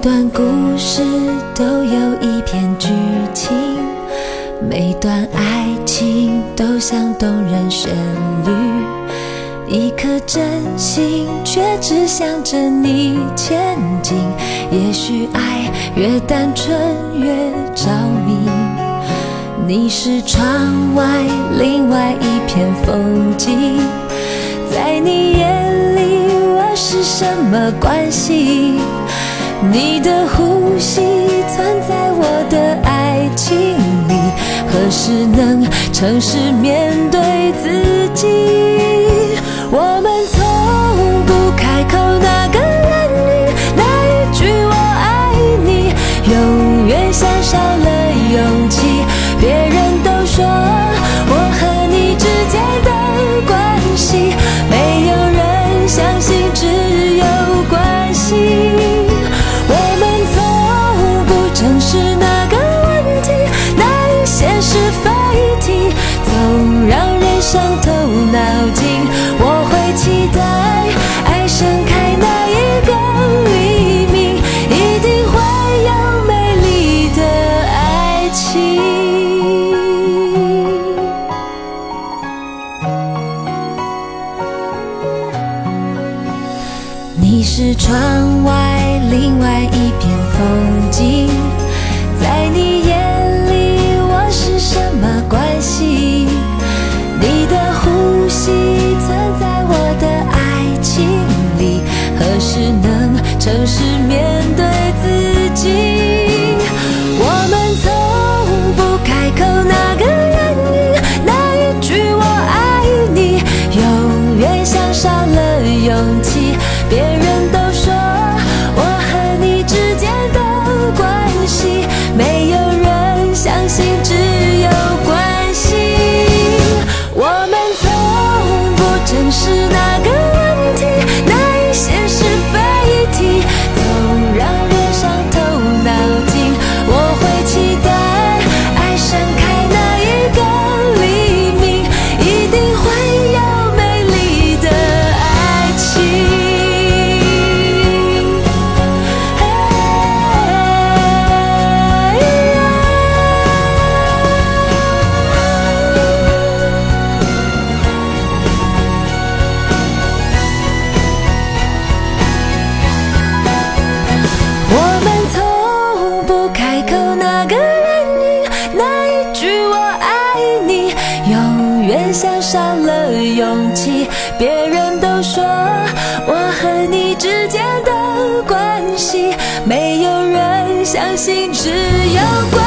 段故事都有一篇剧情，每段爱情都像动人旋律，一颗真心却只想着你前进。也许爱越单纯越着迷，你是窗外另外一片风景，在你眼里我是什么关系？你的呼吸存在我的爱情里，何时能诚实面对自己？我们从不开口那个言语，那一句我爱你，永远像少了勇气。别人都说我和你之间的关系，没有人相信只有关系。我们从不正视那个问题，那一些是非题，总让人伤透脑筋。我会期待爱盛开那一个黎明，一定会有美丽的爱情。你是窗外另外一片风景，在你眼里我是什么关系？你的呼吸存在我的爱情里，何时能诚实面对自己？我们从不开口那个言语，那一句我爱你，永远像少了勇气。别人都说我和你之间的关系，没有人相信只有关系。我们从不正视那个问题，那一些是非题，总让人伤透脑筋。我会期待爱盛开那一个黎明，一定会有美丽的爱情。我们从不开口那个言语，那一句我爱你，永远像少了勇气。别人都说我和你之间的关系，没有人相信只有关系。